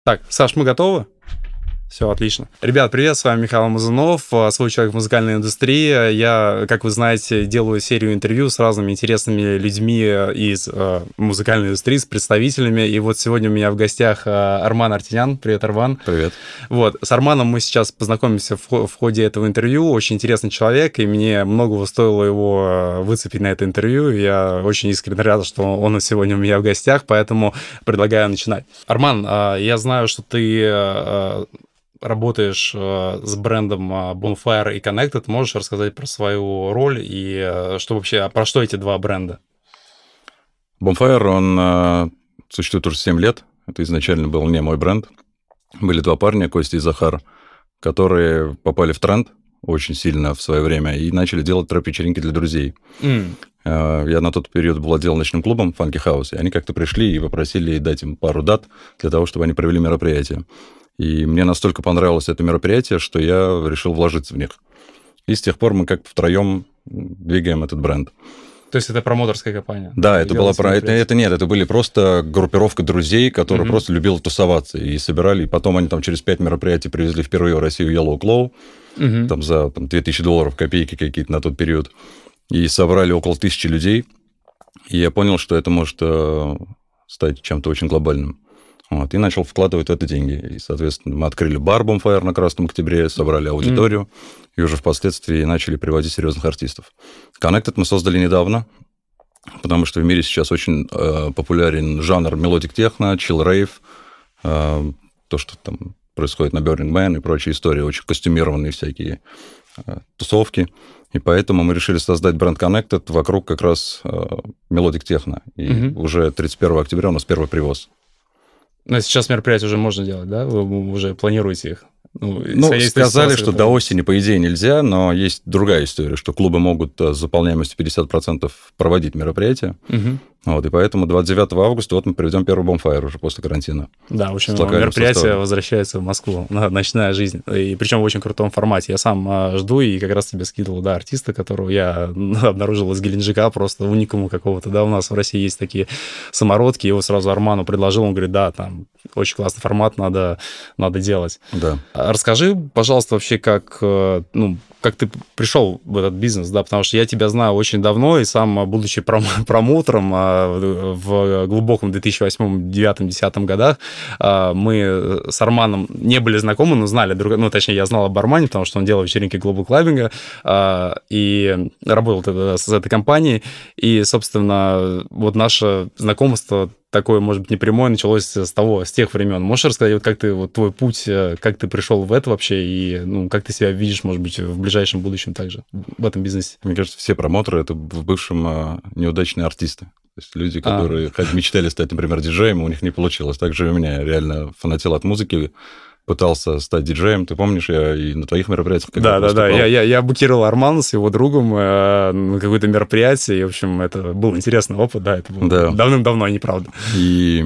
Так, Саш, мы готовы? Все, отлично. Ребят, привет, с вами Михаил Мазунов, свой человек в музыкальной индустрии. Я, как вы знаете, делаю серию интервью с разными интересными людьми из музыкальной индустрии, с представителями. И вот сегодня у меня в гостях Арман Артенян. Привет, Арман. Привет. Вот, с Арманом мы сейчас познакомимся в ходе этого интервью. Очень интересный человек, и мне многого стоило его выцепить на это интервью. Я очень искренне рад, что он сегодня у меня в гостях, поэтому предлагаю начинать. Арман, я знаю, что ты работаешь с брендом Bonfire и Connected. Можешь рассказать про свою роль и что вообще, про что эти два бренда? Bonfire, он существует уже 7 лет. Это изначально был не мой бренд. Были два парня, Костя и Захар, которые попали в тренд очень сильно в свое время и начали делать трэп-вечеринки для друзей. Я на тот период владел ночным клубом Funky House, и они как-то пришли и попросили дать им пару дат для того, чтобы они провели мероприятие. И мне настолько понравилось это мероприятие, что я решил вложиться в них. И с тех пор мы как втроем двигаем этот бренд. То есть это промоторская компания? Да, это была это были просто группировка друзей, которые просто любили тусоваться и собирали. И потом они там через 5 мероприятий привезли впервые в Россию Yellow Claw, там за $2000 копейки какие-то на тот период. И собрали около 1000 людей. И я понял, что это может стать чем-то очень глобальным. Вот, и начал вкладывать в это деньги. И, соответственно, мы открыли бар Bonfire на Красном Октябре, собрали аудиторию, и уже впоследствии начали приводить серьезных артистов. Connected мы создали недавно, потому что в мире сейчас очень популярен жанр мелодик техно, chill rave, то, что там происходит на Burning Man и прочие истории, очень костюмированные всякие тусовки. И поэтому мы решили создать бренд Connected вокруг как раз мелодик техно. И уже 31 октября у нас первый привоз. Но сейчас мероприятия уже можно делать, да? Вы уже планируете их? Сказали, что до осени, по идее, нельзя, но есть другая история, что клубы могут с заполняемостью 50% проводить мероприятия. Вот, и поэтому 29 августа мы проведем первый Bonfire уже после карантина. Да, в общем, мероприятие возвращается в Москву, ночная жизнь. И причем в очень крутом формате. Я сам жду и как раз тебе скидывал, да, артиста, которого я обнаружил из Геленджика, просто уникуму какого-то, да, у нас в России есть такие самородки, его сразу Арману предложил, он говорит, да, там очень классный формат, надо делать. Да. Расскажи, пожалуйста, вообще, как ты пришел в этот бизнес, да, потому что я тебя знаю очень давно, и сам, будучи промоутером в глубоком 2008, 2009, 2010 годах, мы с Арманом не были знакомы, но знали друг, точнее, я знал об Армане, потому что он делал вечеринки Global Clubbing и работал с этой компанией, и, собственно, вот наше знакомство такое, может быть, непрямое, началось с тех времен. Можешь рассказать, вот как ты, вот твой путь, как ты пришел в это вообще, и как ты себя видишь, может быть, в ближайшем будущем также в этом бизнесе? Мне кажется, все промоутеры — это в бывшем неудачные артисты. То есть люди, которые мечтали стать, например, диджеем, у них не получилось. Так же и у меня. Я реально фанател от музыки, пытался стать диджеем. Ты помнишь, я и на твоих мероприятиях Да. Я букировал Армана с его другом на какое-то мероприятие, и, в общем, это был интересный опыт, да, это было давным-давно, а не правда. И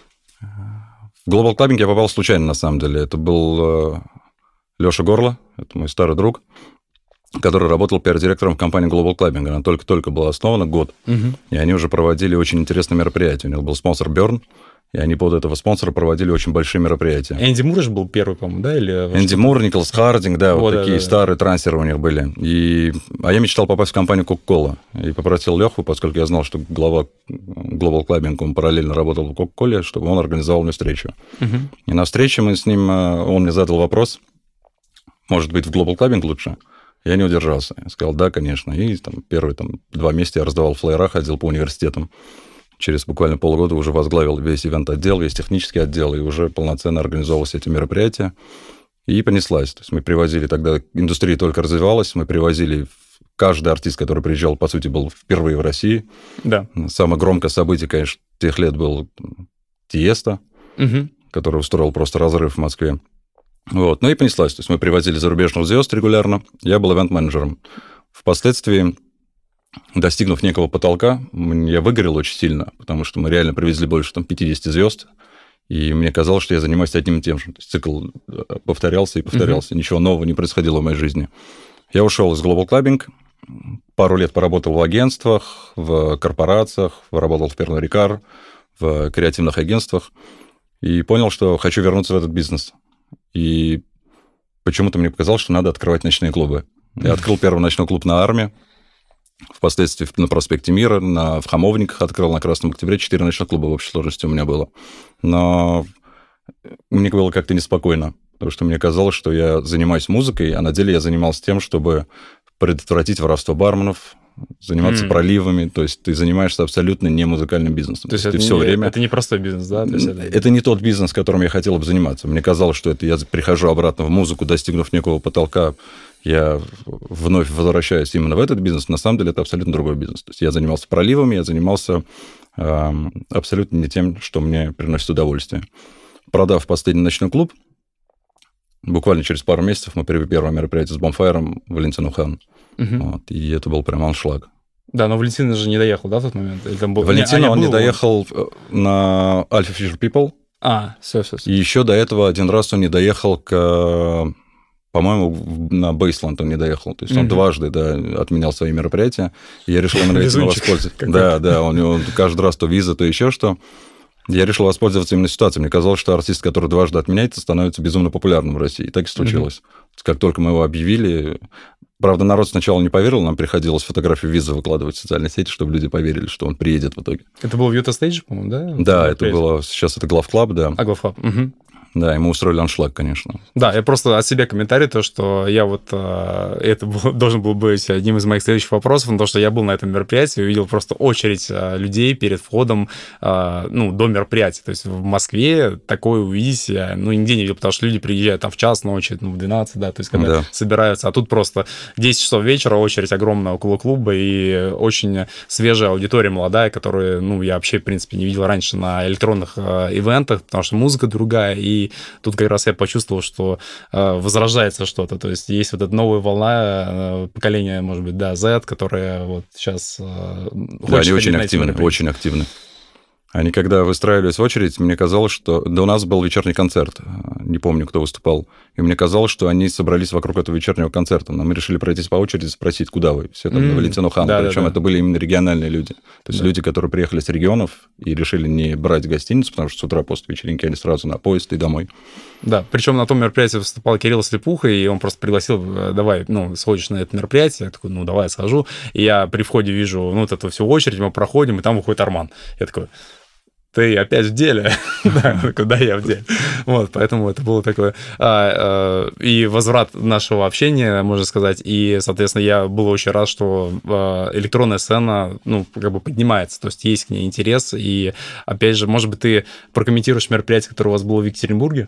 в Global Clubbing я попал случайно, на самом деле. Это был Леша Горло, это мой старый друг, который работал пиар-директором в компании Global Clubbing. Она только-только была основана, год, и они уже проводили очень интересные мероприятия. У них был спонсор Burn, и они под этого спонсора проводили очень большие мероприятия. Энди Мур же был первый, по-моему, да? Энди Мур, Николас Хардинг, да, вот такие старые трансеры у них были. А я мечтал попасть в компанию Coca-Cola. И попросил Леху, поскольку я знал, что глава Global Clubbing, он параллельно работал в Coca-Cola, чтобы он организовал мне встречу. И на встрече мы с ним, он мне задал вопрос, может быть, в Global Clubbing лучше? Я не удержался. Я сказал, да, конечно. И первые 2 месяца я раздавал флеера, ходил по университетам. Через буквально полгода уже возглавил весь ивент-отдел, весь технический отдел, и уже полноценно организовывал все эти мероприятия. И понеслась. То есть мы привозили тогда, индустрия только развивалась, мы привозили, каждый артист, который приезжал, по сути, был впервые в России. Да. Самое громкое событие, конечно, тех лет был Тиесто, который устроил просто разрыв в Москве. Вот. Ну и понеслась. То есть мы привозили зарубежных звезд регулярно, я был ивент-менеджером. Впоследствии, достигнув некого потолка, я выгорел очень сильно, потому что мы реально привезли больше 50 звезд, и мне казалось, что я занимаюсь одним и тем же. То есть цикл повторялся и повторялся, ничего нового не происходило в моей жизни. Я ушел из Global Clubbing, пару лет поработал в агентствах, в корпорациях, работал в Pernod Ricard, в креативных агентствах, и понял, что хочу вернуться в этот бизнес. И почему-то мне показалось, что надо открывать ночные клубы. Я открыл первый ночной клуб на Арме, впоследствии на проспекте Мира, в Хамовниках открыл, на Красном Октябре 4 ночных клуба в общей сложности у меня было. Но мне было как-то неспокойно, потому что мне казалось, что я занимаюсь музыкой, а на деле я занимался тем, чтобы предотвратить воровство барменов, заниматься проливами, то есть ты занимаешься абсолютно не музыкальным бизнесом. То есть это, все время... это не простой бизнес, да? То есть это не тот бизнес, которым я хотел бы заниматься. Мне казалось, что это я прихожу обратно в музыку, достигнув некого потолка, я вновь возвращаюсь именно в этот бизнес. На самом деле это абсолютно другой бизнес. То есть я занимался проливами, я занимался абсолютно не тем, что мне приносит удовольствие. Продав последний ночной клуб, буквально через пару месяцев мы привели первое мероприятие с Бонфайром в Валентину Хан. Вот, и это был прям аншлаг. Да, но Валентин же не доехал, да, в тот момент? Валентин, он не доехал на Alpha Future People. Все. И еще до этого один раз он не доехал по-моему, на Бейсленд он не доехал. То есть он дважды отменял свои мероприятия. И я решил именно этим воспользоваться. Да, у него каждый раз то виза, то еще что. Я решил воспользоваться именно ситуацией. Мне казалось, что артист, который дважды отменяется, становится безумно популярным в России. И так и случилось. Как только мы его объявили... Правда, народ сначала не поверил, нам приходилось фотографию визы выкладывать в социальные сети, чтобы люди поверили, что он приедет в итоге. Это было в Юта Стейдж, по-моему, да? Да, это было... Сейчас это Glove Club, да. Glove Club. Да, и мы устроили аншлаг, конечно. Да, я просто от себя комментарий, то, что я это должен был быть одним из моих следующих вопросов, потому что я был на этом мероприятии, увидел просто очередь людей перед входом до мероприятия. То есть в Москве такое увидеть я нигде не видел, потому что люди приезжают там в час ночи, в 12, да, то есть когда собираются, а тут просто 10 часов вечера, очередь огромная около клуба, и очень свежая аудитория молодая, которую, я вообще, в принципе, не видел раньше на электронных ивентах, потому что музыка другая, и тут как раз я почувствовал, что возрождается что-то. То есть есть вот эта новая волна поколения, может быть, Z, которая вот сейчас... Да, они очень активны. Они, когда выстраивались в очередь, мне казалось, что... Да, у нас был вечерний концерт, не помню, кто выступал, и мне казалось, что они собрались вокруг этого вечернего концерта, но мы решили пройтись по очереди, спросить, куда вы? Все там на Валентину Хан, причем это были именно региональные люди. То есть люди, которые приехали с регионов и решили не брать гостиницу, потому что с утра после вечеринки они сразу на поезд и домой. Да, причем на том мероприятии выступал Кирилл Слепуха, и он просто пригласил, давай, сходишь на это мероприятие. Я такой, давай, схожу. И я при входе вижу, вот эту всю очередь, мы проходим, и там выходит Арман. Я такой... Ты опять в деле? Куда я в деле? Вот, поэтому это было такое... И возврат нашего общения, можно сказать, и, соответственно, я был очень рад, что электронная сцена, поднимается, то есть есть к ней интерес, и, опять же, может быть, ты прокомментируешь мероприятие, которое у вас было в Екатеринбурге?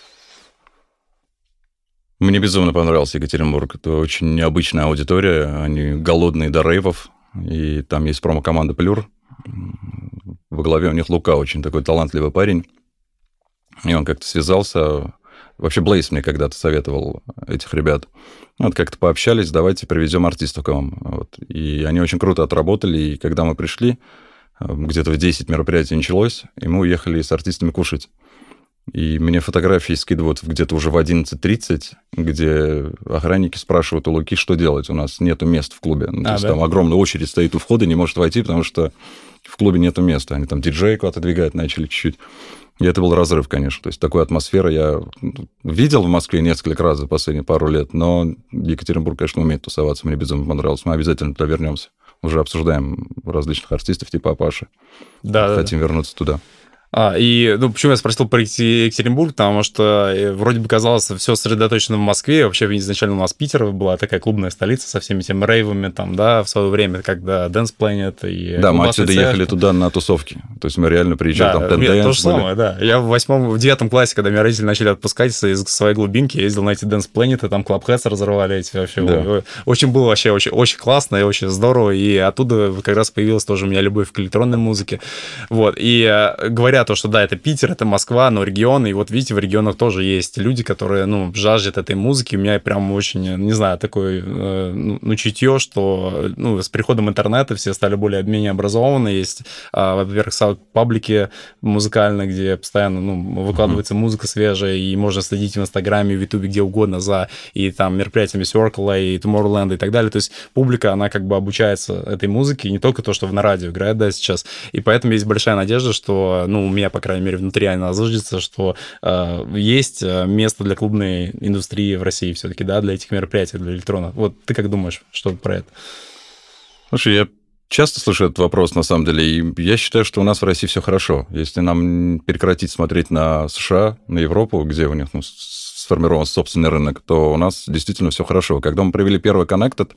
Мне безумно понравился Екатеринбург. Это очень необычная аудитория, они голодные до рейвов, и там есть промо-команда «Плюр». Во главе у них Лука, очень такой талантливый парень. И он как-то связался... Вообще Блейз мне когда-то советовал этих ребят. Как-то пообщались, давайте привезем артистов к вам. Вот. И они очень круто отработали. И когда мы пришли, где-то в 10 мероприятий началось, и мы уехали с артистами кушать. И мне фотографии скидывают где-то уже в 11:30, где охранники спрашивают у Луки, что делать. У нас нету мест в клубе. То есть там огромная очередь стоит у входа, не может войти, потому что в клубе нету места. Они там диджейку отодвигать начали чуть-чуть. И это был разрыв, конечно. То есть такую атмосферу я видел в Москве несколько раз за последние пару лет, но Екатеринбург, конечно, умеет тусоваться. Мне безумно понравилось. Мы обязательно туда вернемся. Уже обсуждаем различных артистов типа Апаши. Хотим вернуться туда. Почему я спросил про Екатеринбург, потому что вроде бы казалось, все сосредоточено в Москве. Вообще изначально у нас Питер была такая клубная столица со всеми этими рейвами, в свое время, когда Dance Planet и... Да, мы отсюда ехали туда на тусовки. То есть мы реально приезжали, там Dance. То же самое, да. Я в 9 классе, когда меня родители начали отпускать из своей глубинки, ездил на эти Dance Planet, там Club Heads разрывали эти вообще. Да. Очень было вообще очень классно и очень здорово. И оттуда как раз появилась тоже у меня любовь к электронной музыке. Вот. И говорят, что да, это Питер, это Москва, но регионы, и вот видите, в регионах тоже есть люди, которые, жаждут этой музыки. У меня прям очень, не знаю, такое, чутье, что, с приходом интернета все стали более-менее образованы. Есть, во-первых, паблики музыкальные, где постоянно, выкладывается музыка свежая, и можно следить в Инстаграме, в Ютубе, где угодно и там мероприятиями Circle, и Tomorrowland и так далее. То есть публика, она как бы обучается этой музыке, и не только то, что на радио играет, да, сейчас. И поэтому есть большая надежда, что, у меня, по крайней мере, внутри она заждется, что есть место для клубной индустрии в России все-таки, да, для этих мероприятий, для электрона. Вот ты как думаешь, что про это? Слушай, я часто слышу этот вопрос, на самом деле, и я считаю, что у нас в России все хорошо. Если нам прекратить смотреть на США, на Европу, где у них сформирован собственный рынок, то у нас действительно все хорошо. Когда мы провели первый Connected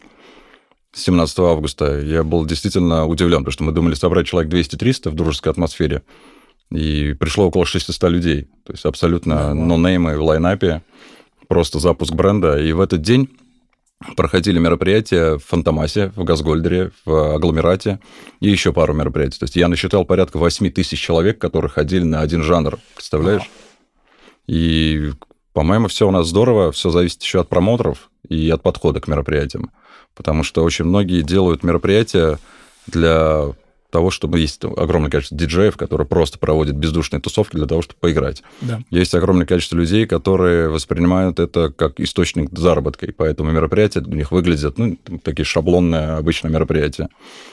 17 августа, я был действительно удивлен, потому что мы думали собрать человек 200-300 в дружеской атмосфере, и пришло около 600 людей. То есть абсолютно нонеймы в лайнапе, просто запуск бренда. И в этот день проходили мероприятия в Фантомасе, в Газгольдере, в Агломерате и еще пару мероприятий. То есть я насчитал порядка 8 тысяч человек, которые ходили на один жанр. Представляешь? И, по-моему, все у нас здорово. Все зависит еще от промоутеров и от подхода к мероприятиям. Потому что очень многие делают мероприятия для того, чтобы есть огромное количество диджеев, которые просто проводят бездушные тусовки для того, чтобы поиграть. Да. Есть огромное количество людей, которые воспринимают это как источник заработка, и поэтому мероприятия у них выглядят, такие шаблонные обычные мероприятия.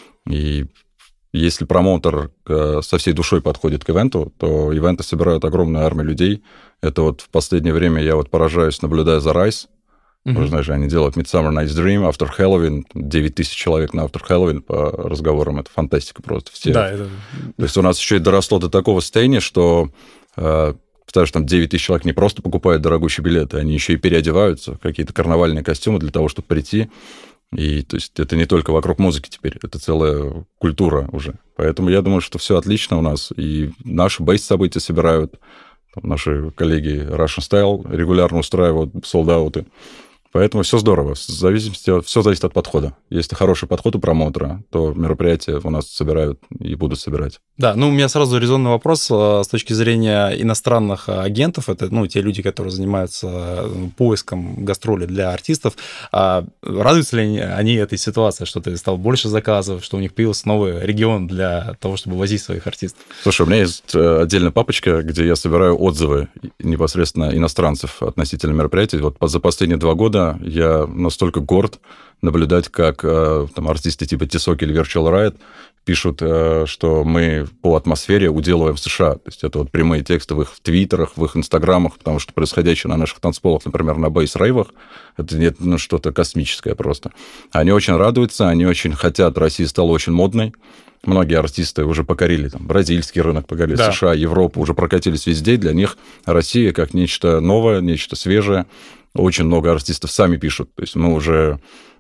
И если промоутер со всей душой подходит к ивенту, то ивенты собирают огромную армию людей. Это вот в последнее время я вот поражаюсь, наблюдая за Rise. Вы знаете, они делают Midsummer Night's Dream, After Halloween, 9 тысяч человек на After Halloween по разговорам, это фантастика просто. Все. Да, это... То есть у нас еще и доросло до такого состояния, что, потому что там 9 тысяч человек не просто покупают дорогущие билеты, они еще и переодеваются в какие-то карнавальные костюмы для того, чтобы прийти. И то есть это не только вокруг музыки теперь, это целая культура уже. Поэтому я думаю, что все отлично у нас, и наши бейс-события собирают, наши коллеги Russian Style регулярно устраивают солдауты. Поэтому все здорово. В зависимости, все зависит от подхода. Если хороший подход у промоутера, то мероприятия у нас собирают и будут собирать. Да, у меня сразу резонный вопрос с точки зрения иностранных агентов. Это, те люди, которые занимаются поиском гастролей для артистов. Радуются ли они этой ситуации, что ты стал больше заказов, что у них появился новый регион для того, чтобы возить своих артистов? Слушай, у меня есть отдельная папочка, где я собираю отзывы непосредственно иностранцев относительно мероприятий. Вот за последние 2 года я настолько горд наблюдать, как там артисты типа Тисоки или Virtual Riot пишут, что мы по атмосфере уделываем в США. То есть это вот прямые тексты в их твиттерах, в их инстаграмах, потому что происходящее на наших танцполах, например, на бейс-рейвах, это что-то космическое просто. Они очень радуются, они очень хотят, Россия стала очень модной. Многие артисты уже покорили бразильский рынок, покорили США, Европу, уже прокатились везде. Для них Россия как нечто новое, нечто свежее. Очень много артистов сами пишут. То есть мы уже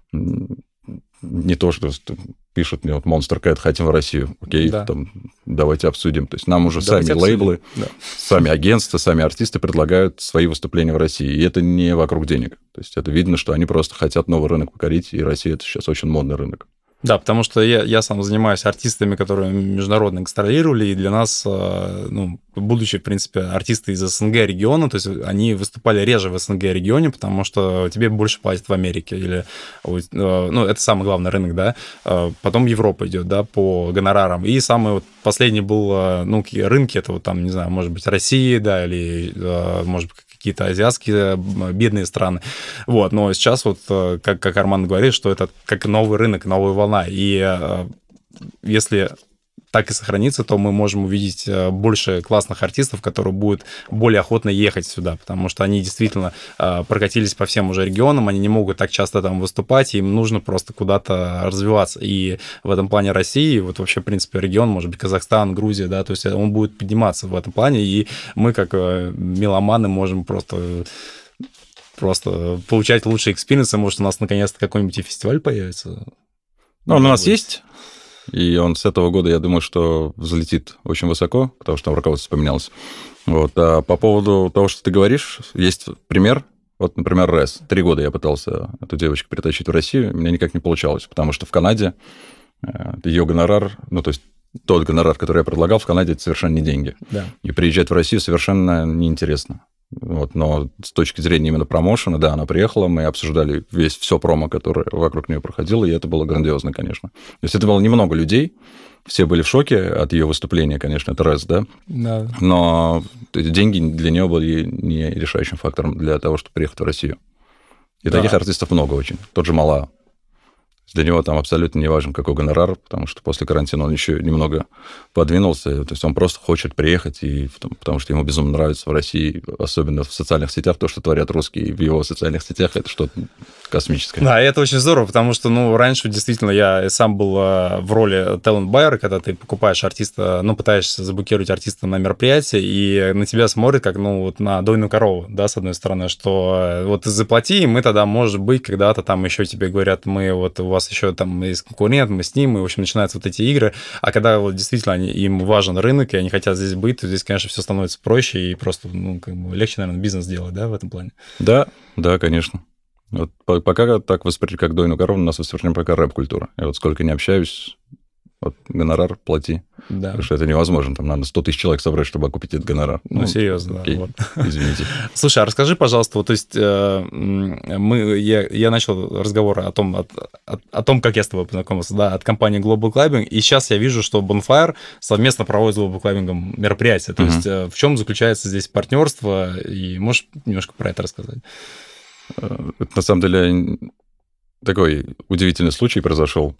не то, что пишут мне, Monster Cat, хотим в Россию. Окей, давайте обсудим. То есть нам уже сами лейблы, сами агентства, сами артисты предлагают свои выступления в России. И это не вокруг денег. То есть это видно, что они просто хотят новый рынок покорить, и Россия – это сейчас очень модный рынок. Да, потому что я сам занимаюсь артистами, которые международно гастролировали, и для нас, будучи, в принципе, артисты из СНГ региона, то есть они выступали реже в СНГ регионе, потому что тебе больше платят в Америке, или, это самый главный рынок, да, потом Европа идет, да, по гонорарам, и самый последний был, рынки, это не знаю, может быть, Россия, да, или, может быть, какие-то азиатские бедные страны. Но сейчас, как Арман говорит, что это как новый рынок, новая волна. И если так и сохранится, то мы можем увидеть больше классных артистов, которые будут более охотно ехать сюда, потому что они действительно прокатились по всем уже регионам, они не могут так часто там выступать, им нужно просто куда-то развиваться. И в этом плане России, вообще, в принципе, регион, может быть, Казахстан, Грузия, да, то есть он будет подниматься в этом плане, и мы, как меломаны, можем просто получать лучшие экспириенсы. Может, у нас наконец-то какой-нибудь фестиваль появится? У нас есть. И он с этого года, я думаю, что взлетит очень высоко, потому что там руководство поменялось. А по поводу того, что ты говоришь, есть пример. Например, Рэс. 3 года я пытался эту девочку притащить в Россию, у меня никак не получалось, потому что в Канаде ее гонорар, то есть тот гонорар, который я предлагал, в Канаде это совершенно не деньги. Да. И приезжать в Россию совершенно неинтересно. Но с точки зрения именно промоушена, да, она приехала, мы обсуждали все промо, которое вокруг нее проходило, и это было грандиозно, конечно. То есть это было немного людей, все были в шоке от ее выступления, конечно, это раз, да? Да. Но деньги для нее были не решающим фактором для того, чтобы приехать в Россию. И таких артистов много очень. Тот же Мала. Для него там абсолютно не важен, какой гонорар, потому что после карантина он еще немного подвинулся. То есть он просто хочет приехать, потому что ему безумно нравится в России, особенно в социальных сетях, то, что творят русские в его социальных сетях, это что-то космическое. Да, и это очень здорово, потому что, раньше действительно я сам был в роли talent-байера, когда ты покупаешь артиста, пытаешься заблокировать артиста на мероприятие, и на тебя смотрят как, на дойную корову, да, с одной стороны, что вот ты заплати, и мы тогда, может быть, когда-то там еще тебе говорят, мы вот у вас еще там есть конкурент, мы с ним, и, в общем, начинаются вот эти игры, а когда вот действительно им важен рынок, и они хотят здесь быть, то здесь, конечно, все становится проще, и просто, легче, наверное, бизнес делать, да, в этом плане. Да, конечно. Вот пока так воспринимать, как дойную корову, у нас воспринимает пока рэп-культура. Я вот сколько не общаюсь, вот гонорар плати. Да. Потому что это невозможно. Там надо 100 тысяч человек собрать, чтобы окупить этот гонорар. Серьезно, окей, да. Вот. Извините. Слушай, а расскажи, пожалуйста, вот, то есть я начал разговор о том, как я с тобой познакомился, да, от компании Global Clubbing, и сейчас я вижу, что Bonfire совместно проводит с Global Clubbing мероприятия. То есть в чем заключается здесь партнерство, и можешь немножко про это рассказать? Это, на самом деле, такой удивительный случай произошел.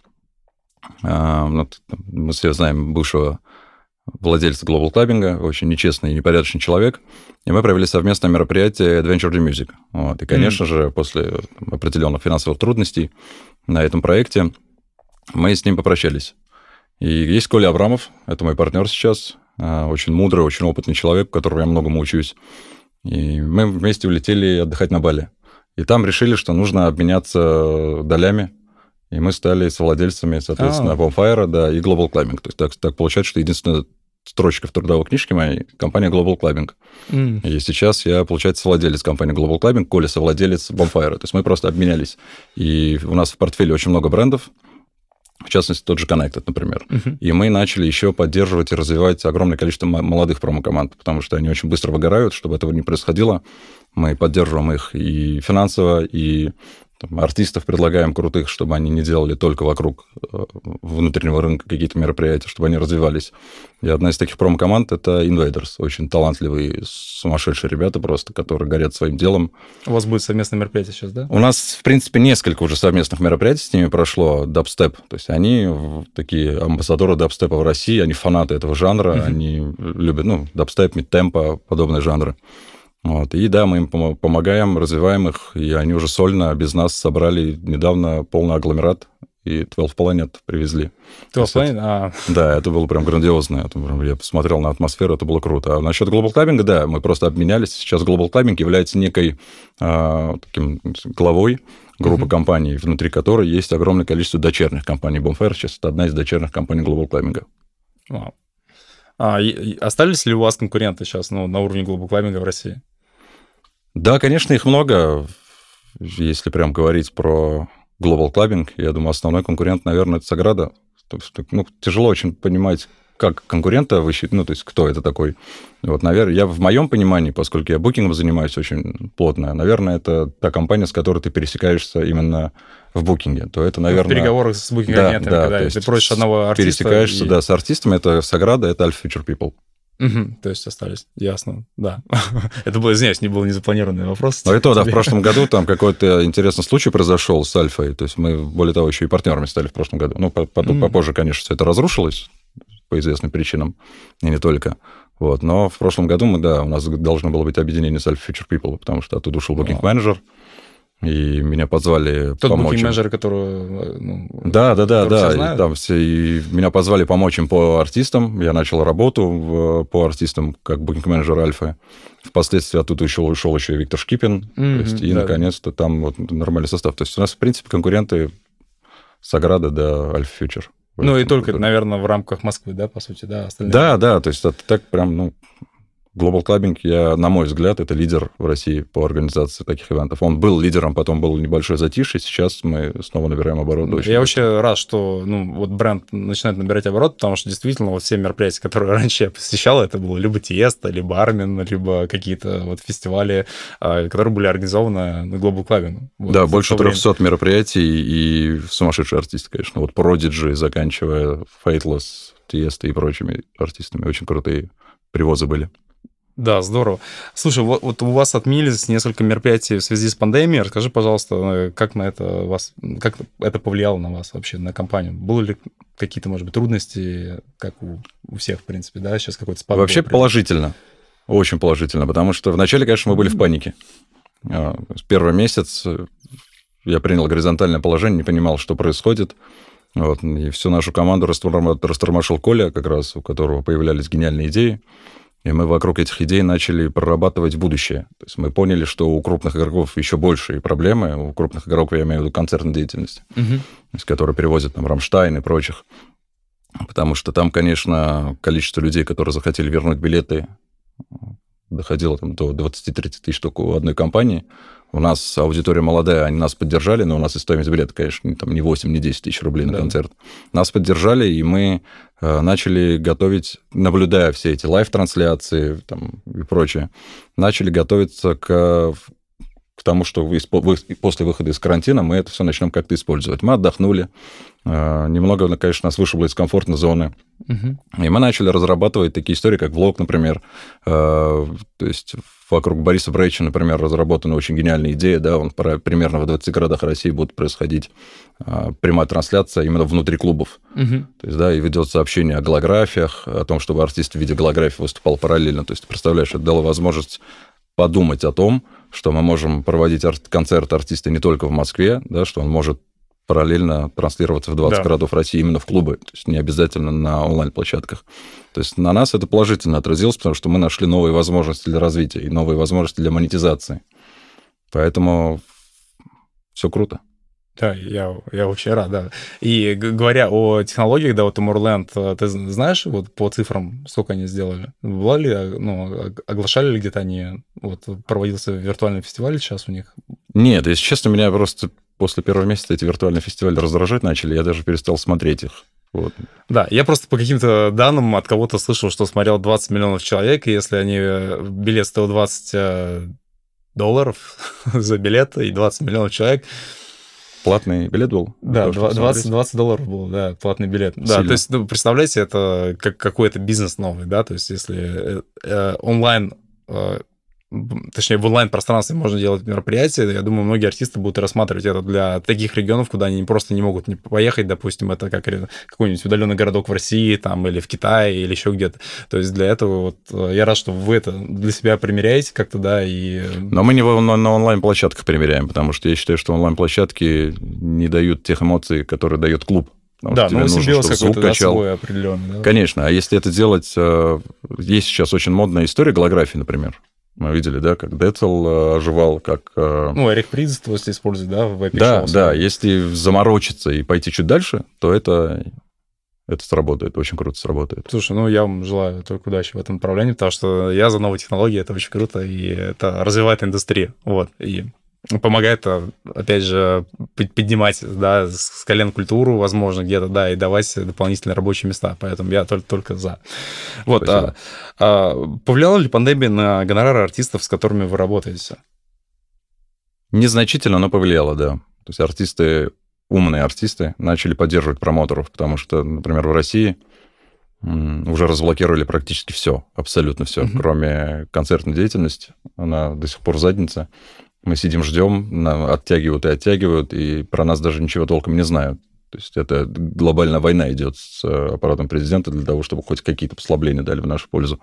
Мы все знаем бывшего владельца Global Clubbing, очень нечестный и непорядочный человек, и мы провели совместное мероприятие Adventure the Music. Вот. И, конечно же, после определенных финансовых трудностей на этом проекте мы с ним попрощались. И есть Коля Абрамов, это мой партнер сейчас, очень мудрый, очень опытный человек, у которого я многому учусь. И мы вместе улетели отдыхать на Бали. И там решили, что нужно обменяться долями, и мы стали совладельцами, соответственно, Bonfire, да, и Global Clubbing. То есть так получается, что единственная строчка в трудовой книжке моей — компания Global Clubbing. И сейчас я, получается, совладелец компании Global Clubbing, Коля — совладелец Bonfire. То есть мы просто обменялись. И у нас в портфеле очень много брендов, в частности, тот же Connected, например. И мы начали еще поддерживать и развивать огромное количество молодых промо-команд, потому что они очень быстро выгорают. Чтобы этого не происходило, мы поддерживаем их и финансово, и артистов предлагаем крутых, чтобы они не делали только вокруг внутреннего рынка какие-то мероприятия, чтобы они развивались. И одна из таких промо-команд — это Invaders. Очень талантливые, сумасшедшие ребята просто, которые горят своим делом. У вас будет совместное мероприятие сейчас, да? У нас, в принципе, несколько уже совместных мероприятий с ними прошло. Дабстеп. То есть они такие амбассадоры дабстепа в России, они фанаты этого жанра, они любят, дабстеп, мидтемпо, подобные жанры. Вот. И да, мы им помогаем, развиваем их, и они уже сольно без нас собрали недавно полный агломерат, и 12 Planet привезли. 12 Planet? Да, это было прям грандиозно. Я посмотрел на атмосферу, это было круто. А насчет Global Clubbing, да, мы просто обменялись. Сейчас Global Clubbing является некой таким главой группы компаний, внутри которой есть огромное количество дочерних компаний. Bonfire сейчас это одна из дочерних компаний Global Clubbing. Вау. Остались ли у вас конкуренты сейчас на уровне Global Clubbing в России? Да, конечно, их много. Если прям говорить про Global Clubbing, я думаю, основной конкурент, наверное, это Саграда. Тяжело очень понимать, как конкурента высчитать, то есть кто это такой. Вот, наверное, я в моем понимании, поскольку я букингом занимаюсь очень плотно, наверное, это та компания, с которой ты пересекаешься именно в букинге. То это, наверное... В переговорах с букинг-агентами, когда ты просишь одного артиста. Пересекаешься, с артистами, это Саграда, это Alpha Future People. То есть остались. Ясно, да. Это было, извиняюсь, не был незапланированный вопрос. Но это, да, в прошлом году там какой-то интересный случай произошел с Альфой. То есть мы, более того, еще и партнерами стали в прошлом году. Попозже, конечно, все это разрушилось по известным причинам, и не только. Вот. Но в прошлом году у нас должно было быть объединение с Alpha Future People, потому что оттуда ушел букинг-менеджер. И меня позвали тот помочь. Тот букинг-менеджер, которого... Да. И меня позвали помочь им по артистам. Я начал работу по артистам как букинг-менеджер Альфы. Впоследствии оттуда ушел еще и Виктор Шкипин. Наконец-то там нормальный состав. То есть у нас, в принципе, конкуренты Саграда до Alpha Future. И только, наверное, в рамках Москвы, да, по сути, да? Остальные... Да, то есть это так прям, Global Clubbing, на мой взгляд, это лидер в России по организации таких ивентов. Он был лидером, потом был небольшое затишье, сейчас мы снова набираем обороты. Я вообще рад, что бренд начинает набирать оборот, потому что действительно все мероприятия, которые раньше я посещал, это было либо Тиеста, либо Армин, либо какие-то фестивали, которые были организованы на Global Clubbing. Да, больше 300 мероприятий и сумасшедшие артисты, конечно. Prodigy, заканчивая Fateless, Тиеста и прочими артистами. Очень крутые привозы были. Да, здорово. Слушай, вот у вас отменились несколько мероприятий в связи с пандемией. Расскажи, пожалуйста, как это повлияло на вас вообще, на компанию? Были ли какие-то, может быть, трудности, как у всех, в принципе, да? Сейчас какой-то спад. Вообще положительно. Очень положительно, потому что вначале, конечно, мы были в панике. Первый месяц я принял горизонтальное положение, не понимал, что происходит. Вот, и всю нашу команду растормошил Коля, как раз у которого появлялись гениальные идеи. И мы вокруг этих идей начали прорабатывать будущее. То есть мы поняли, что у крупных игроков еще большие проблемы. У крупных игроков, я имею в виду концертной деятельности, то есть, которые перевозят там Рамштайн и прочих. Потому что там, конечно, количество людей, которые захотели вернуть билеты, доходило там, до 20-30 тысяч только у одной компании. У нас аудитория молодая, они нас поддержали, но у нас и стоимость билета, конечно, там не 8, не 10 тысяч рублей на концерт. Нас поддержали, и мы начали готовить, наблюдая все эти лайв-трансляции там, и прочее, начали готовиться к тому, что после выхода из карантина мы это все начнем как-то использовать. Мы отдохнули, немного, конечно, нас вышибло из комфортной зоны, и мы начали разрабатывать такие истории, как влог, например. То есть вокруг Бориса Брейча, например, разработана очень гениальная идея, да, он примерно в 20 городах России будет происходить прямая трансляция именно внутри клубов. То есть, да, и ведет сообщение о голографиях, о том, чтобы артист в виде голографии выступал параллельно. То есть, ты представляешь, это дало возможность подумать о том, что мы можем проводить концерт артиста не только в Москве, да, что он может параллельно транслироваться в 20 городов России именно в клубы, то есть не обязательно на онлайн-площадках. То есть на нас это положительно отразилось, потому что мы нашли новые возможности для развития и новые возможности для монетизации. Поэтому все круто. Да, я очень рад, да. И говоря о технологиях, да, вот Tomorrowland, ты знаешь, вот по цифрам, сколько они сделали? Была ли, оглашали ли где-то они, вот проводился виртуальный фестиваль сейчас у них? Нет, если честно, меня просто после первого месяца эти виртуальные фестивали раздражать начали, я даже перестал смотреть их. Вот. Да, я просто по каким-то данным от кого-то слышал, что смотрел 20 миллионов человек, и если билет стоил $20 за билет, и 20 миллионов человек... Платный билет был? Да, $20 был, да, платный билет. Сильно. Да, то есть, представляете, это как какой-то бизнес новый, да, то есть если онлайн... Точнее, в онлайн-пространстве можно делать мероприятия. Я думаю, многие артисты будут рассматривать это для таких регионов, куда они просто не могут не поехать. Допустим, это как какой-нибудь удаленный городок в России там, или в Китае, или еще где-то. То есть для этого вот я рад, что вы это для себя примеряете как-то, да, и... Но мы не на онлайн-площадках примеряем, потому что я считаю, что онлайн-площадки не дают тех эмоций, которые дает клуб. Да, но симбиоз какой-то, да, свой определенный. Да? Конечно, а если это делать... Есть сейчас очень модная история голографии, например. Мы видели, да, как Децл оживал, как... Эрик Придз если использовать, да, в Epic Да, Show. Да, если заморочиться и пойти чуть дальше, то это сработает, очень круто сработает. Слушай, я вам желаю только удачи в этом направлении, потому что я за новые технологии, это очень круто, и это развивает индустрию, вот, и помогает, опять же, поднимать, да, с колен культуру, возможно, где-то, да, и давать дополнительные рабочие места. Поэтому я только за. Вот. Повлияла ли пандемия на гонорары артистов, с которыми вы работаете? Незначительно, но повлияло, да. То есть умные артисты начали поддерживать промоутеров, потому что, например, в России уже разблокировали практически все, абсолютно все, кроме концертной деятельности. Она до сих пор в заднице. Мы сидим, ждем, оттягивают, и про нас даже ничего толком не знают. То есть это глобальная война идет с аппаратом президента для того, чтобы хоть какие-то послабления дали в нашу пользу.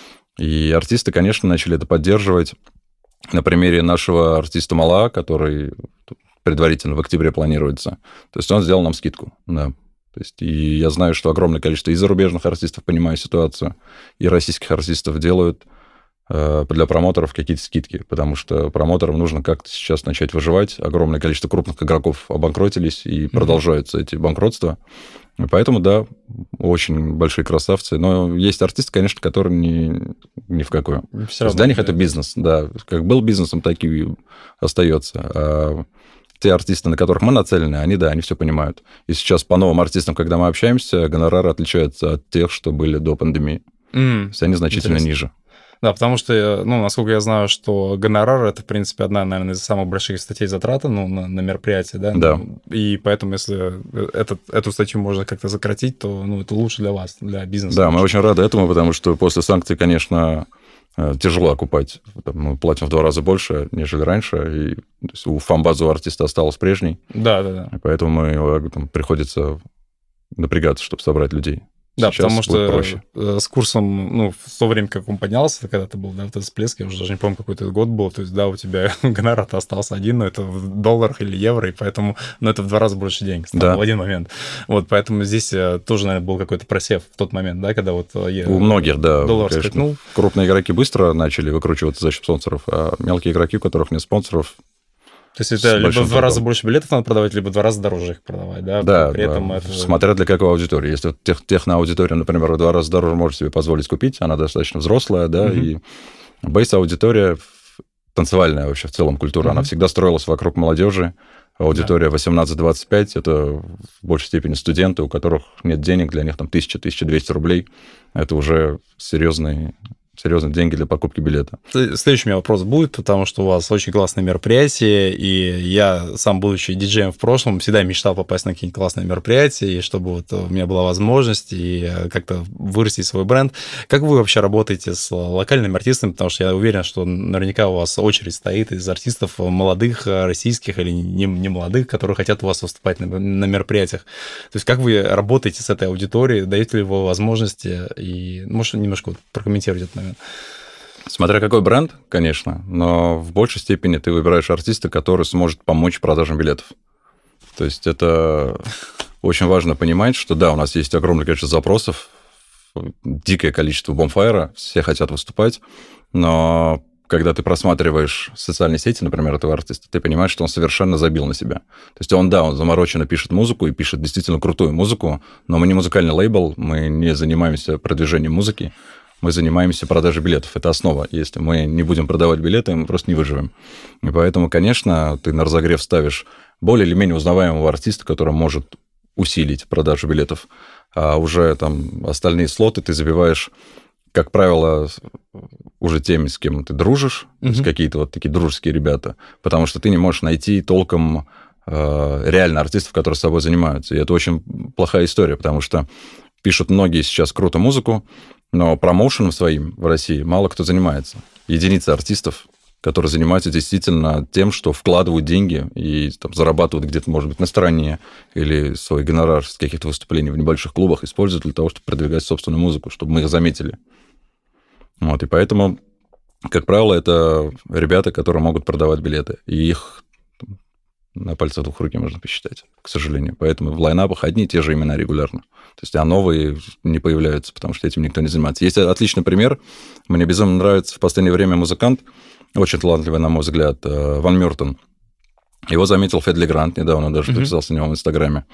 И артисты, конечно, начали это поддерживать. На примере нашего артиста Мала, который предварительно в октябре планируется. То есть он сделал нам скидку, да. То есть, и я знаю, что огромное количество и зарубежных артистов, понимая ситуацию, и российских артистов делают для промоутеров какие-то скидки, потому что промоутерам нужно как-то сейчас начать выживать. Огромное количество крупных игроков обанкротились, и продолжаются эти банкротства. И поэтому, да, очень большие красавцы. Но есть артисты, конечно, которые ни в какое. Для них это бизнес, да. Как был бизнесом, так и остается. А те артисты, на которых мы нацелены, они все понимают. И сейчас по новым артистам, когда мы общаемся, гонорары отличаются от тех, что были до пандемии. То есть они значительно ниже. Да, потому что, насколько я знаю, что гонорар – это, в принципе, одна, наверное, из самых больших статей затраты на мероприятие, да? Да. И поэтому, если эту статью можно как-то сократить, то это лучше для вас, для бизнеса. Да, мы очень рады этому, потому что после санкций, конечно, тяжело окупать. Мы платим в 2 раза больше, нежели раньше, и то есть у фан-базы у артиста осталась прежней. Да. И поэтому приходится напрягаться, чтобы собрать людей. Да, Сейчас потому что проще. С курсом, ну, в то время, как он поднялся, когда ты был, да, в этот всплеск, я уже даже не помню, какой это год был, то есть, да, у тебя гонорар-то остался один, но это в долларах или евро, и поэтому, ну, это в 2 раза больше денег стало в один момент. Вот, поэтому здесь тоже, наверное, был какой-то просев в тот момент, да, когда вот у многих, да, доллар скакнул. Крупные игроки быстро начали выкручиваться за счет спонсоров, а мелкие игроки, у которых нет спонсоров, то есть это либо в 2 раза больше билетов надо продавать, либо в 2 раза дороже их продавать, да? Да, при этом это... смотря для какой аудитории. Если техноаудитория, например, в 2 раза дороже может себе позволить купить, она достаточно взрослая, да, и бейс-аудитория, танцевальная вообще в целом культура, она всегда строилась вокруг молодежи. Аудитория 18-25 – это в большей степени студенты, у которых нет денег, для них там 1000-1200 рублей. Это уже серьезные деньги для покупки билета. Следующий у меня вопрос будет, потому что у вас очень классное мероприятие, и я сам, будучи диджеем в прошлом, всегда мечтал попасть на какие-нибудь классные мероприятия, и чтобы вот у меня была возможность и как-то вырастить свой бренд. Как вы вообще работаете с локальными артистами? Потому что я уверен, что наверняка у вас очередь стоит из артистов молодых, российских или не молодых, которые хотят у вас выступать на мероприятиях. То есть как вы работаете с этой аудиторией? Даете ли вы возможности? И, может, немножко вот прокомментировать этот момент? Смотря какой бренд, конечно, но в большей степени ты выбираешь артиста, который сможет помочь продажам билетов. То есть это очень важно понимать, что да, у нас есть огромное количество запросов, дикое количество бомфайра, все хотят выступать, но когда ты просматриваешь социальные сети, например, этого артиста, ты понимаешь, что он совершенно забил на себя. То есть он замороченно пишет музыку и пишет действительно крутую музыку, но мы не музыкальный лейбл, мы не занимаемся продвижением музыки, мы занимаемся продажей билетов. Это основа. Если мы не будем продавать билеты, мы просто не выживем. И поэтому, конечно, ты на разогрев ставишь более или менее узнаваемого артиста, который может усилить продажу билетов, а уже там остальные слоты ты забиваешь, как правило, уже теми, с кем ты дружишь, то есть какие-то вот такие дружеские ребята, потому что ты не можешь найти толком реально артистов, которые с собой занимаются. И это очень плохая история, потому что пишут многие сейчас круто музыку, но промоушеном своим в России мало кто занимается. Единицы артистов, которые занимаются действительно тем, что вкладывают деньги и там, зарабатывают где-то, может быть, на стороне, или свой гонорар с каких-то выступлений в небольших клубах используют для того, чтобы продвигать собственную музыку, чтобы мы их заметили. Вот, и поэтому, как правило, это ребята, которые могут продавать билеты. И их на пальцах 2 рук можно посчитать, к сожалению. Поэтому в лайнапах одни и те же имена регулярно. То есть, а новые не появляются, потому что этим никто не занимается. Есть отличный пример. Мне безумно нравится в последнее время музыкант, очень талантливый, на мой взгляд, Ван Мёртон. Его заметил Федли Грант недавно, даже подписался на него в Инстаграме.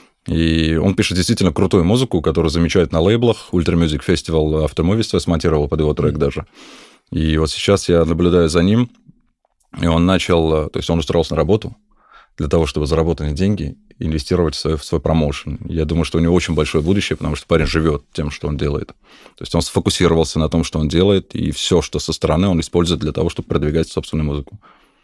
И он пишет действительно крутую музыку, которую замечают на лейблах. Ultra Music Festival Aftermovies смонтировал под его трек даже. И вот сейчас я наблюдаю за ним, и он начал... То есть, он устроился на работу для того, чтобы заработанные деньги инвестировать в свой промоушен. Я думаю, что у него очень большое будущее, потому что парень живет тем, что он делает. То есть он сфокусировался на том, что он делает, и все, что со стороны, он использует для того, чтобы продвигать собственную музыку.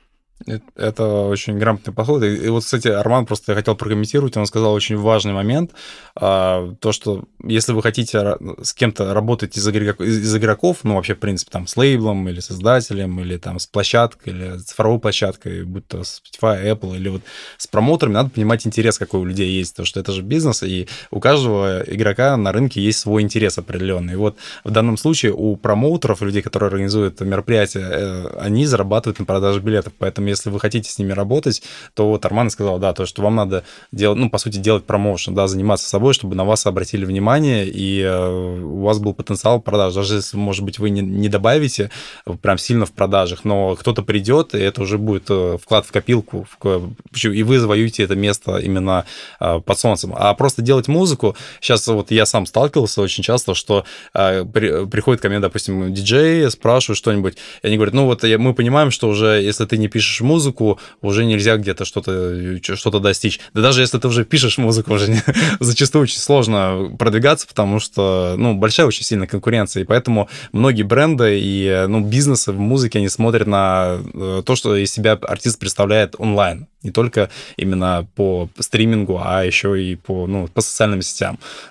Это очень грамотный подход. И вот, кстати, Арман, просто я хотел прокомментировать, он сказал очень важный момент, то, что если вы хотите с кем-то работать из игроков, ну, вообще, в принципе, там, с лейблом или с издателем, или там с площадкой, или цифровой площадкой, будь то Spotify, Apple, или вот с промоутерами, надо понимать интерес, какой у людей есть, потому что это же бизнес, и у каждого игрока на рынке есть свой интерес определенный. И вот в данном случае у промоутеров, людей, которые организуют мероприятия, они зарабатывают на продаже билетов, поэтому если вы хотите с ними работать, то вот Арман сказал, да, то, что вам надо делать, ну, по сути, делать промоушен, да, заниматься собой, чтобы на вас обратили внимание, и у вас был потенциал продаж. Даже если, может быть, вы не добавите прям сильно в продажах, но кто-то придет, и это уже будет вклад в копилку, и вы завоюете это место именно под солнцем. А просто делать музыку, сейчас вот я сам сталкивался очень часто, что приходит ко мне, допустим, диджей, спрашивают что-нибудь, и они говорят, ну вот мы понимаем, что уже если ты не пишешь музыку, уже нельзя где-то что-то достичь. Да даже если ты уже пишешь музыку, уже зачастую очень сложно продвигаться, потому что, ну, большая очень сильная конкуренция, и поэтому многие бренды и, ну, бизнесы в музыке, они смотрят на то, что из себя артист представляет онлайн, не только именно по стримингу, а еще и по социальным сетям, вот.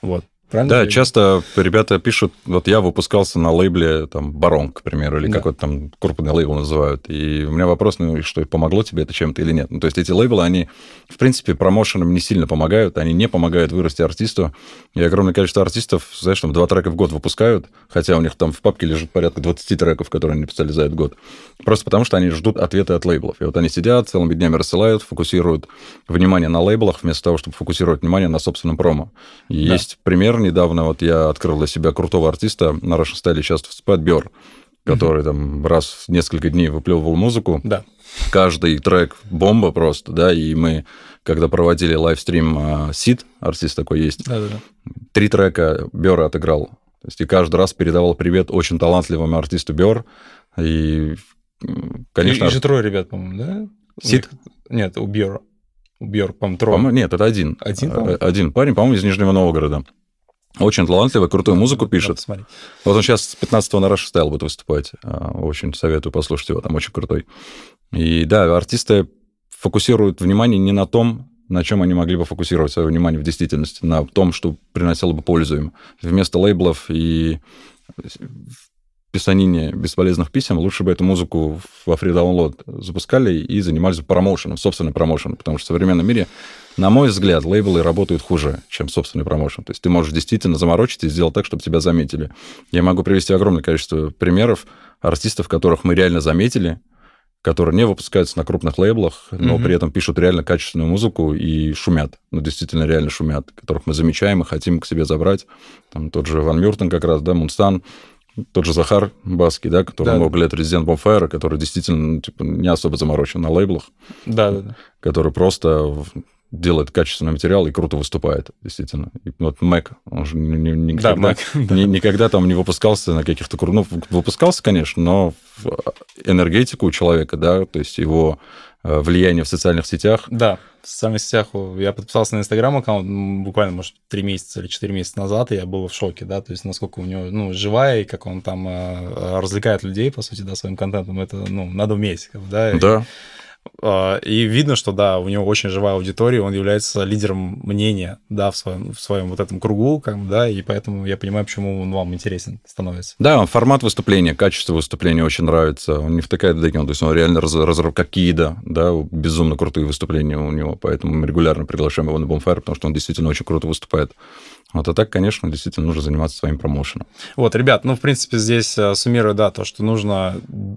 Правильно? Да, часто ребята пишут, вот я выпускался на лейбле там Барон, к примеру, или какой-то там крупный лейбл называют. И у меня вопрос, ну, что, помогло тебе это чем-то или нет? Ну, то есть эти лейблы, они, в принципе, промоушенам не сильно помогают, они не помогают вырасти артисту. И огромное количество артистов, знаешь, там 2 трека в год выпускают, хотя у них там в папке лежит порядка 20 треков, которые они написали за этот год. Просто потому, что они ждут ответы от лейблов. И вот они сидят, целыми днями рассылают, фокусируют внимание на лейблах, вместо того, чтобы фокусировать внимание на собственном промо. И есть пример. Недавно вот я открыл для себя крутого артиста. На Russian Style часто выступает Бёр, который там раз в несколько дней выплевывал музыку. Да. Каждый трек бомба просто, да, и мы, когда проводили лайвстрим Сид, артист такой есть, 3 трека Бёра отыграл. То есть и каждый раз передавал привет очень талантливому артисту Бёр. И, конечно... И же 3 ребят, по-моему, да? Сид? Нет, у Бёра. У Бьёр, по-моему, 3. Нет, это один. Один парень, по-моему, из Нижнего Новгорода. Очень талантливый, крутую музыку пишет. Вот он сейчас с 15-го на Russian Style будет выступать. Очень советую послушать его, там очень крутой. И да, артисты фокусируют внимание не на том, на чем они могли бы фокусировать свое внимание в действительности, на том, что приносило бы пользу им. Вместо лейблов и писанине бесполезных писем, лучше бы эту музыку во free download запускали и занимались промоушеном, собственным промоушеном, потому что в современном мире, на мой взгляд, лейблы работают хуже, чем собственный промоушен. То есть ты можешь действительно заморочить и сделать так, чтобы тебя заметили. Я могу привести огромное количество примеров артистов, которых мы реально заметили, которые не выпускаются на крупных лейблах, но при этом пишут реально качественную музыку и шумят. Ну, действительно, реально шумят, которых мы замечаем и хотим к себе забрать. Там тот же Ван Мюртен как раз, да, Мунстан, тот же Захар Баски, да, который много лет резидент Bonfire, который действительно не особо заморочен на лейблах. Который просто делает качественный материал и круто выступает, действительно. И вот Мэг, он же никогда там не выпускался на каких-то... Ну, выпускался, конечно, но в энергетику у человека, да, то есть его влияние в социальных сетях. Да, в социальных сетях я подписался на Инстаграм-аккаунт буквально, может, 3 месяца или 4 месяца назад, и я был в шоке, да, то есть насколько у него, живая, и как он там развлекает людей, по сути, да, своим контентом, это, надо уметь, да. Да. И видно, что, да, у него очень живая аудитория, он является лидером мнения, да, в своем вот этом кругу, да, и поэтому я понимаю, почему он вам интересен становится. Да, формат выступления, качество выступления очень нравится, он не втыкает в декин, то есть он реально как Кида, да, безумно крутые выступления у него, поэтому мы регулярно приглашаем его на Bonfire, потому что он действительно очень круто выступает. Вот, а так, конечно, действительно нужно заниматься своим промоушеном. Вот, ребят, в принципе, здесь суммирую, да, то, что нужно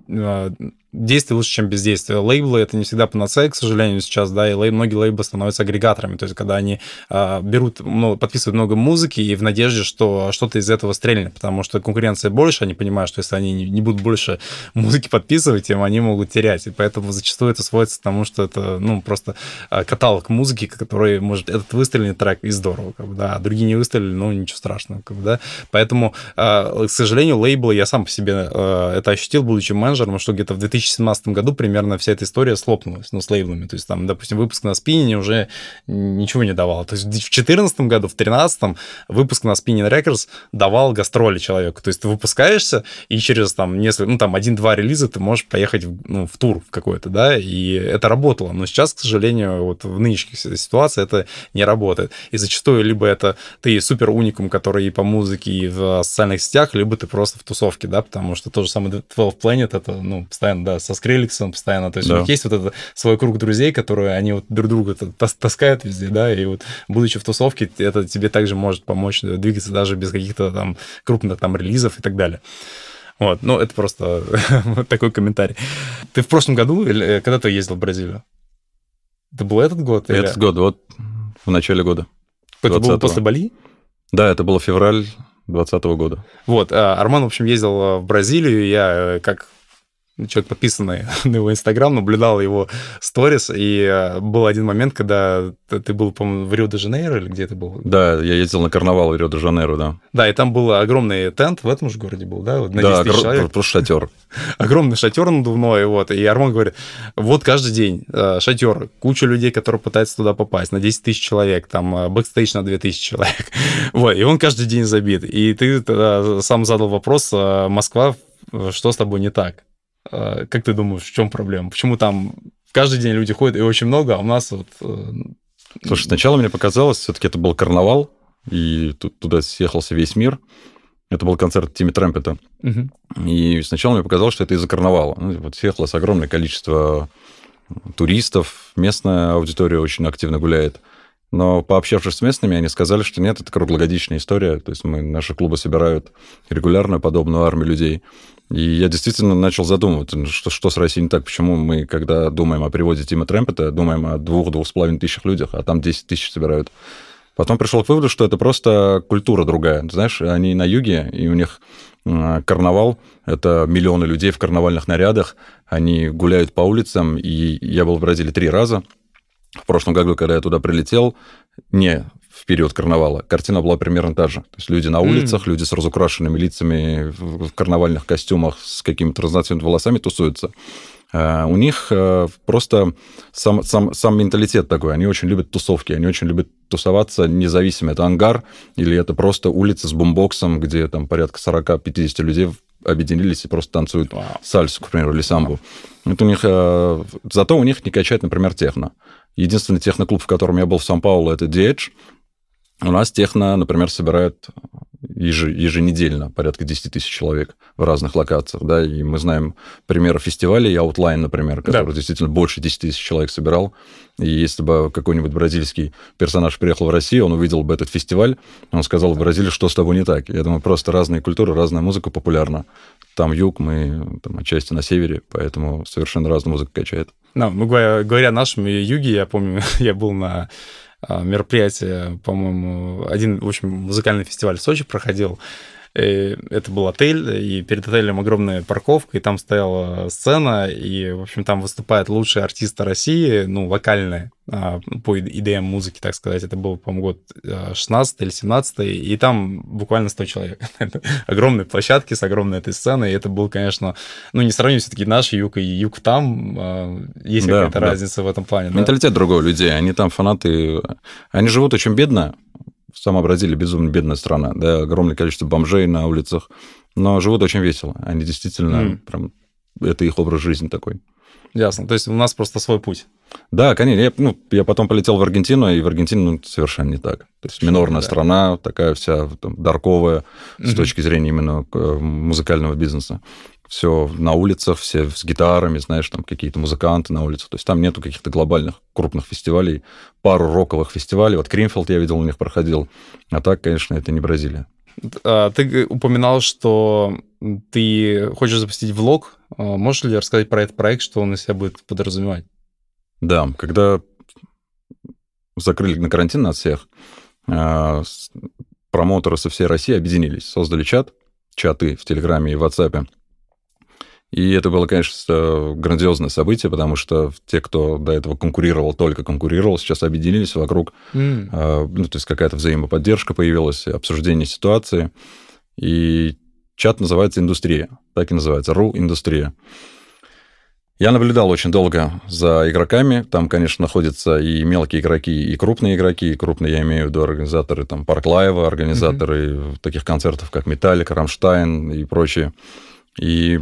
действие лучше, чем бездействие. Лейблы — это не всегда панацея, к сожалению, сейчас, да, и многие лейблы становятся агрегаторами, то есть когда они подписывают много музыки и в надежде, что что-то из этого стрельнет, потому что конкуренция больше, они понимают, что если они не будут больше музыки подписывать, им они могут терять, и поэтому зачастую это сводится к тому, что это, просто каталог музыки, который может, этот выстрелит трек, и здорово, да, а другие не выстрелили, ничего страшного, да, поэтому, к сожалению, лейблы, я сам по себе это ощутил, будучи менеджером, что где-то в 2017 году примерно вся эта история слопнулась, с лейблами. То есть, там, допустим, выпуск на спиннине уже ничего не давал. То есть, в 2014 году, в 2013 выпуск на Spinning Records давал гастроли человеку. То есть, ты выпускаешься, и через несколько, 1-2 релиза ты можешь поехать в тур в какой-то, да, и это работало. Но сейчас, к сожалению, вот в нынешних ситуациях это не работает. И зачастую либо это ты супер уникум, который и по музыке, и в социальных сетях, либо ты просто в тусовке, да, потому что тот же самый 12 Planet, это, постоянно, да, со Скриликсом постоянно, то есть у них есть вот этот свой круг друзей, которые они вот друг друга таскают везде, да, и вот будучи в тусовке, это тебе также может помочь двигаться даже без каких-то там крупных там релизов и так далее. Вот, это просто вот такой комментарий. Ты в прошлом году, или когда ты ездил в Бразилию? Это был этот год? Этот год, вот в начале года. Это было после Бали? Да, это было февраль 2020 года. Вот, Арман, в общем, ездил в Бразилию, я как человек, подписанный на его Инстаграм, наблюдал его сторис, и был один момент, когда ты был, по-моему, в Рио-де-Жанейро, или где ты был? Да, я ездил на карнавал в Рио-де-Жанейро, да. Да, и там был огромный тент, в этом же городе был, да? На 10 тысяч человек. Просто шатер. Огромный шатер надувной, вот, и Арман говорит, вот каждый день шатер, куча людей, которые пытаются туда попасть, на 10 тысяч человек, там, бэкстейдж на 2000 человек, вот, и он каждый день забит. И ты тогда сам задал вопрос, Москва, что с тобой не так? Как ты думаешь, в чем проблема? Почему там каждый день люди ходят, и очень много, а у нас вот... Слушай, сначала мне показалось, все-таки это был карнавал, и туда съехался весь мир. Это был концерт Тимми Трэмпета. И сначала мне показалось, что это из-за карнавала. Вот съехалось огромное количество туристов, местная аудитория очень активно гуляет. Но пообщавшись с местными, они сказали, что нет, это круглогодичная история. То есть наши клубы собирают регулярно подобную армию людей. И я действительно начал задумываться, что с Россией не так, почему мы, когда думаем о переводе Тима Трэмпета, думаем о 2-2,5 тысячах людях, а там 10 тысяч собирают. Потом пришел к выводу, что это просто культура другая. Ты знаешь, они на юге, и у них карнавал, это миллионы людей в карнавальных нарядах, они гуляют по улицам, и я был в Бразилии 3 раза. В прошлом году, когда я туда прилетел, не в период карнавала, картина была примерно та же. То есть люди на улицах, люди с разукрашенными лицами, в карнавальных костюмах, с какими-то разноцветными волосами тусуются. У них просто сам менталитет такой. Они очень любят тусовки, они очень любят тусоваться независимо. Это ангар или это просто улица с бумбоксом, где там порядка 40-50 людей объединились и просто танцуют сальсу, к примеру, или самбу. Это у них, зато у них не качает, например, техно. Единственный техноклуб, в котором я был в Сан-Паулу, это DH. У нас техно, например, собирают еженедельно порядка 10 тысяч человек в разных локациях, да, и мы знаем примеры фестивалей, Outline, например, который действительно больше 10 тысяч человек собирал, и если бы какой-нибудь бразильский персонаж приехал в Россию, он увидел бы этот фестиваль, он сказал в Бразилии, что с тобой не так. Я думаю, просто разные культуры, разная музыка популярна. Там юг, мы там отчасти на севере, поэтому совершенно разная музыка качает. Ну, говоря о нашем юге, я помню, я был на мероприятие, по-моему, один, в общем, музыкальный фестиваль в Сочи проходил. И это был отель, и перед отелем огромная парковка, и там стояла сцена, и, в общем, там выступают лучшие артисты России, ну, локальные, по EDM музыке, так сказать. Это был, по-моему, год 16 или 17, и там буквально 100 человек. Огромные площадки с огромной этой сценой, и это был, конечно, ну, не сравнить все-таки наш юг и юг там, есть какая-то разница в этом плане. Менталитет другой у людей, они там фанаты, они живут очень бедно. Сама Бразилия безумно бедная страна, да, огромное количество бомжей на улицах, но живут очень весело. Они действительно, прям, это их образ жизни такой. Ясно, то есть у нас просто свой путь. Да, конечно. Я потом полетел в Аргентину, и в Аргентине совершенно не так. То есть минорная страна, такая вся там, дарковая с точки зрения именно музыкального бизнеса. Все на улицах, все с гитарами, знаешь, там какие-то музыканты на улицах. То есть там нету каких-то глобальных крупных фестивалей. Пару роковых фестивалей. Вот Кринфилд я видел, у них проходил. А так, конечно, это не Бразилия. Ты упоминал, что ты хочешь запустить влог. Можешь ли рассказать про этот проект, что он из себя будет подразумевать? Да, когда закрыли на карантин нас всех, промоутеры со всей России объединились, создали чаты в Телеграме и в WhatsApp. И это было, конечно, грандиозное событие, потому что те, кто до этого только конкурировал, сейчас объединились вокруг, ну, то есть какая-то взаимоподдержка появилась, обсуждение ситуации. И чат называется «Индустрия», так и называется, «Ру-индустрия». Я наблюдал очень долго за игроками. Там, конечно, находятся и мелкие игроки, и крупные игроки. И крупные, я имею в виду, организаторы там Парк Лайва, организаторы таких концертов, как Металлика, Рамштайн и прочие. И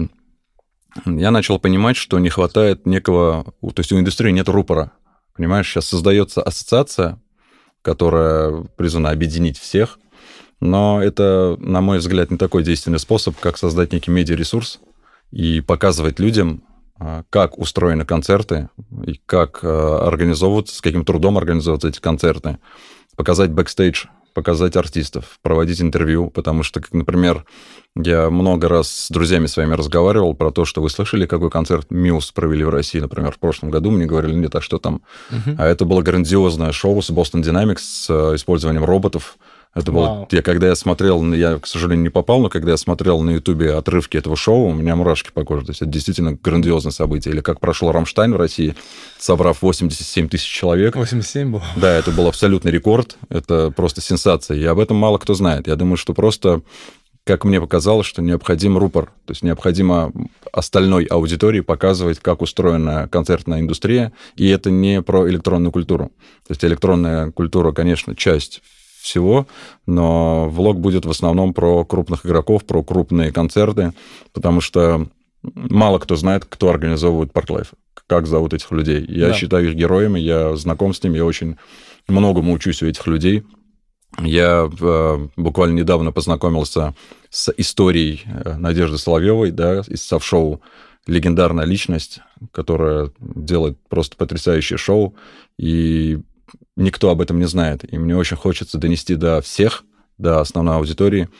я начал понимать, что не хватает некого... То есть у индустрии нет рупора. Понимаешь, сейчас создается ассоциация, которая призвана объединить всех, но это, на мой взгляд, не такой действенный способ, как создать некий медиаресурс и показывать людям, как устроены концерты и как организовываются, с каким трудом организовываются эти концерты, показать бэкстейдж, показать артистов, проводить интервью, потому что, как, например, я много раз с друзьями своими разговаривал про то, что вы слышали, какой концерт Muse провели в России, например, в прошлом году, мне говорили, нет, а что там? А это было грандиозное шоу с Boston Dynamics с использованием роботов. Это было... Когда я смотрел, я, к сожалению, не попал, но когда я смотрел на Ютубе отрывки этого шоу, у меня мурашки по коже. То есть это действительно грандиозное событие. Или как прошел Рамштайн в России, собрав 87 тысяч человек. 87 было? Да, это был абсолютный рекорд. Это просто сенсация. И об этом мало кто знает. Я думаю, что просто, как мне показалось, что необходим рупор. То есть необходимо остальной аудитории показывать, как устроена концертная индустрия. И это не про электронную культуру. То есть электронная культура, конечно, часть всего, но влог будет в основном про крупных игроков, про крупные концерты, потому что мало кто знает, кто организовывает Парк Лайв, как зовут этих людей. Я считаю их героями, я знаком с ними, я очень многому учусь у этих людей. Я буквально недавно познакомился с историей Надежды Соловьевой, да, из Совшоу. Легендарная личность, которая делает просто потрясающее шоу, и никто об этом не знает. И мне очень хочется донести до всех, до основной аудитории,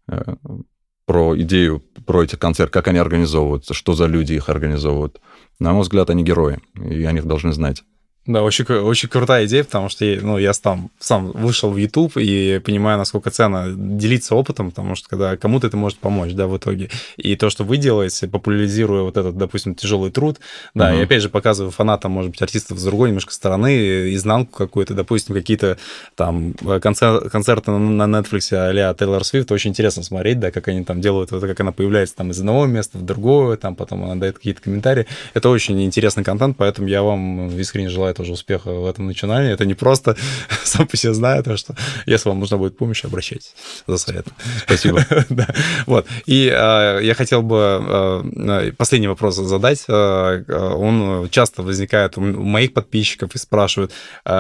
про идею, про эти концерты, как они организовываются, что за люди их организовывают. На мой взгляд, они герои, и о них должны знать. Да, очень крутая идея, потому что я сам вышел в YouTube и понимаю, насколько ценно делиться опытом, потому что когда кому-то это может помочь, да, в итоге. И то, что вы делаете, популяризируя вот этот, допустим, тяжелый труд, да, и опять же показываю фанатам, может быть, артистов с другой немножко стороны, изнанку какую-то, допустим, какие-то там концерты на Netflix а-ля Тейлор Свифт, очень интересно смотреть, да, как они там делают, вот как она появляется там из одного места в другое, там потом она дает какие-то комментарии. Это очень интересный контент, поэтому я вам искренне желаю тоже успеха в этом начинании. Это не просто, сам по себе знаю, то, что если вам нужна будет помощь, обращайтесь за советом. Спасибо. Да. Вот. И я хотел бы последний вопрос задать. Он часто возникает у моих подписчиков и спрашивают,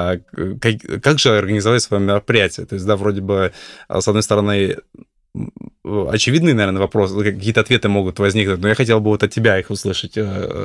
как же организовать свое мероприятие? То есть, да, вроде бы, с одной стороны, очевидные, наверное, вопросы, какие-то ответы могут возникнуть, но я хотел бы вот от тебя их услышать.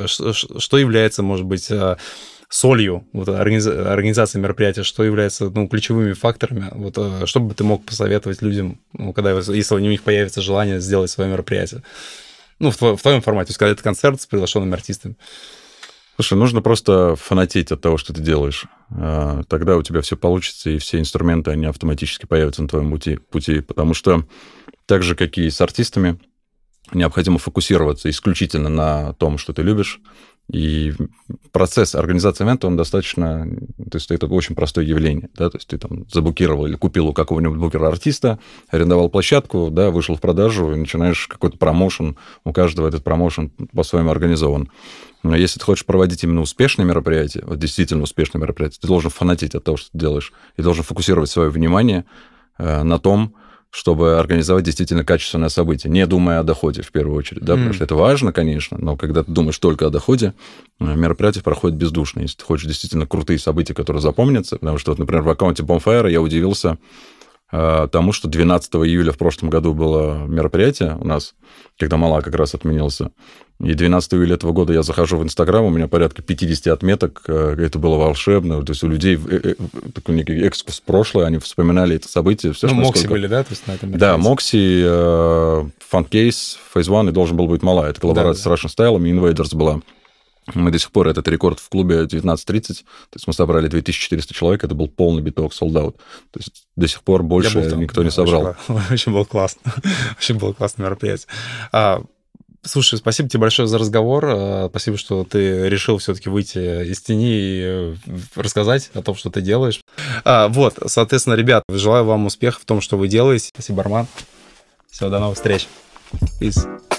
Что является, может быть, солью вот, организации мероприятия, что является ключевыми факторами, вот, что бы ты мог посоветовать людям, если у них появится желание сделать свое мероприятие? В твоем формате, сказать, это концерт с приглашенными артистами. Слушай, нужно просто фанатеть от того, что ты делаешь. Тогда у тебя все получится, и все инструменты, они автоматически появятся на твоем пути. Потому что так же, как и с артистами, необходимо фокусироваться исключительно на том, что ты любишь. И процесс организации ивента, он достаточно... То есть это очень простое явление. Да? То есть ты там заблокировал или купил у какого-нибудь букера артиста, арендовал площадку, да, вышел в продажу и начинаешь какой-то промоушен. У каждого этот промоушен по-своему организован. Но если ты хочешь проводить именно успешные мероприятия, вот действительно успешные мероприятия, ты должен фанатеть от того, что ты делаешь, и должен фокусировать свое внимание на том, чтобы организовать действительно качественное событие, не думая о доходе в первую очередь, да, потому что это важно, конечно, но когда ты думаешь только о доходе, мероприятие проходит бездушно. Если ты хочешь действительно крутые события, которые запомнятся, потому что, вот, например, в аккаунте Bonfire я удивился тому, что 12 июля в прошлом году было мероприятие у нас, когда Мала как раз отменился, и 12 июля этого года я захожу в Инстаграм, у меня порядка 50 отметок, это было волшебно, то есть у людей такой некий экскурс в прошлое, они вспоминали это событие. Все, Мокси были, да? То есть на этом да, Мокси, Фанкейс, Phase One, и должен был быть Мала, это коллаборация с Russian Style, и Invaders была. Мы до сих пор, этот рекорд в клубе 19:30, то есть мы собрали 2400 человек, это был полный биток, sold out. То есть до сих пор больше никто не собрал. Очень было классно. Очень было классное мероприятие. Слушай, спасибо тебе большое за разговор. Спасибо, что ты решил все-таки выйти из тени и рассказать о том, что ты делаешь. Вот, соответственно, ребят, желаю вам успехов в том, что вы делаете. Спасибо, Арман. Всего, до новых встреч. Peace.